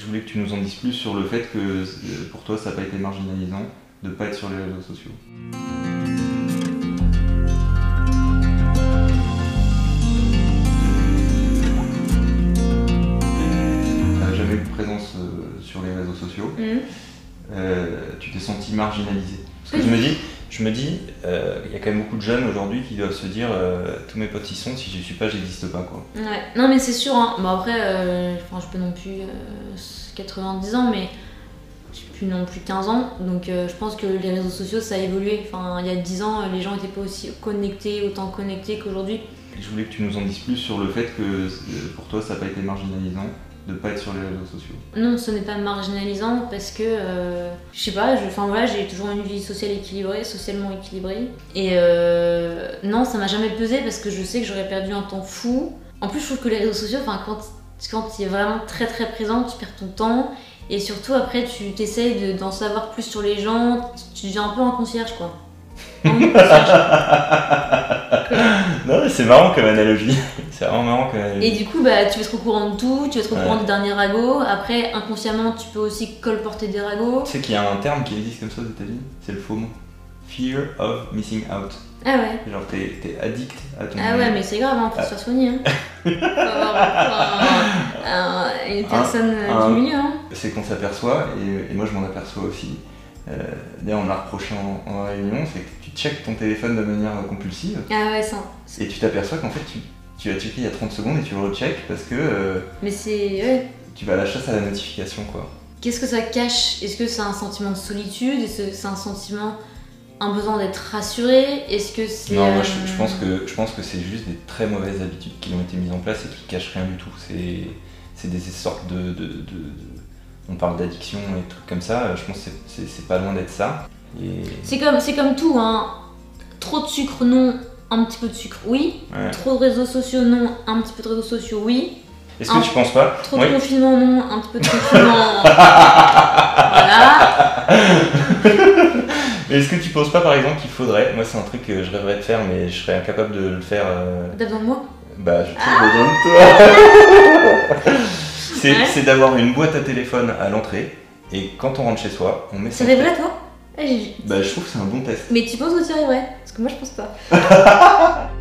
voulais que tu nous en dises plus sur le fait que pour toi ça n'a pas été marginalisant de ne pas être sur les réseaux sociaux. Tu n'as jamais eu de présence sur les réseaux sociaux. Tu t'es senti marginalisé. Parce que je me dis, il y a quand même beaucoup de jeunes aujourd'hui qui doivent se dire tous mes potes y sont, si je suis pas, j'existe pas quoi. Ouais, non mais c'est sûr, hein. Bon après, je peux non plus 90 ans, mais je suis plus non plus 15 ans, donc je pense que les réseaux sociaux ça a évolué. Enfin, il y a 10 ans, les gens n'étaient pas aussi autant connectés qu'aujourd'hui. Je voulais que tu nous en dises plus sur le fait que pour toi ça n'a pas été marginalisant de pas être sur les réseaux sociaux. Non, ce n'est pas marginalisant parce que, je sais pas, j'ai toujours une vie sociale équilibrée, socialement équilibrée. Et non, ça m'a jamais pesé parce que je sais que j'aurais perdu un temps fou. En plus, je trouve que les réseaux sociaux, quand tu es vraiment très très présent, tu perds ton temps. Et surtout, après, tu t'essayes d'en savoir plus sur les gens, tu deviens un peu un concierge, quoi. Non mais c'est marrant comme analogie. C'est vraiment marrant comme analogie. Et du coup, tu vas être au courant de tout, tu vas être au courant des derniers ragots. Après, inconsciemment, tu peux aussi colporter des ragots. Tu sais qu'il y a un terme qui existe comme ça aux États-Unis, c'est le FOMO. Fear of missing out. Ah ouais. Genre t'es addict à ton... Ah ouais, mais c'est grave, hein, faut se faire soigner. Hein. Faut avoir une personne du milieu. Hein. C'est qu'on s'aperçoit, et moi je m'en aperçois aussi. D'ailleurs, on me l'a reproché en réunion, c'est que tu checkes ton téléphone de manière compulsive. Ah ouais, ça. Et tu t'aperçois qu'en fait, tu as checké il y a 30 secondes et tu le recheckes parce que mais c'est... Ouais. Tu vas à la chasse à la notification, quoi. Qu'est-ce que ça cache? Est-ce que c'est un sentiment de solitude? Est-ce que c'est un sentiment, un besoin d'être rassuré? Est-ce que c'est... Non, moi je pense que c'est juste des très mauvaises habitudes qui ont été mises en place et qui cachent rien du tout. C'est des sortes on parle d'addiction et des trucs comme ça, je pense que c'est pas loin d'être ça. Et... C'est comme tout, hein. Trop de sucre, non. Un petit peu de sucre, oui. Ouais. Trop de réseaux sociaux, non. Un petit peu de réseaux sociaux, oui. Est-ce que tu penses pas? Trop de confinement, non. Un petit peu de confinement. Voilà. Mais est-ce que tu penses pas par exemple qu'il faudrait, moi c'est un truc que je rêverais de faire mais je serais incapable de le faire. T'as besoin de moi? Bah j'ai toujours besoin de toi. C'est d'avoir une boîte à téléphone à l'entrée et quand on rentre chez soi, on met ça. Ça rêverait toi? Bah je trouve que c'est un bon test. Mais tu penses que tu y arriverais? Parce que moi je pense pas.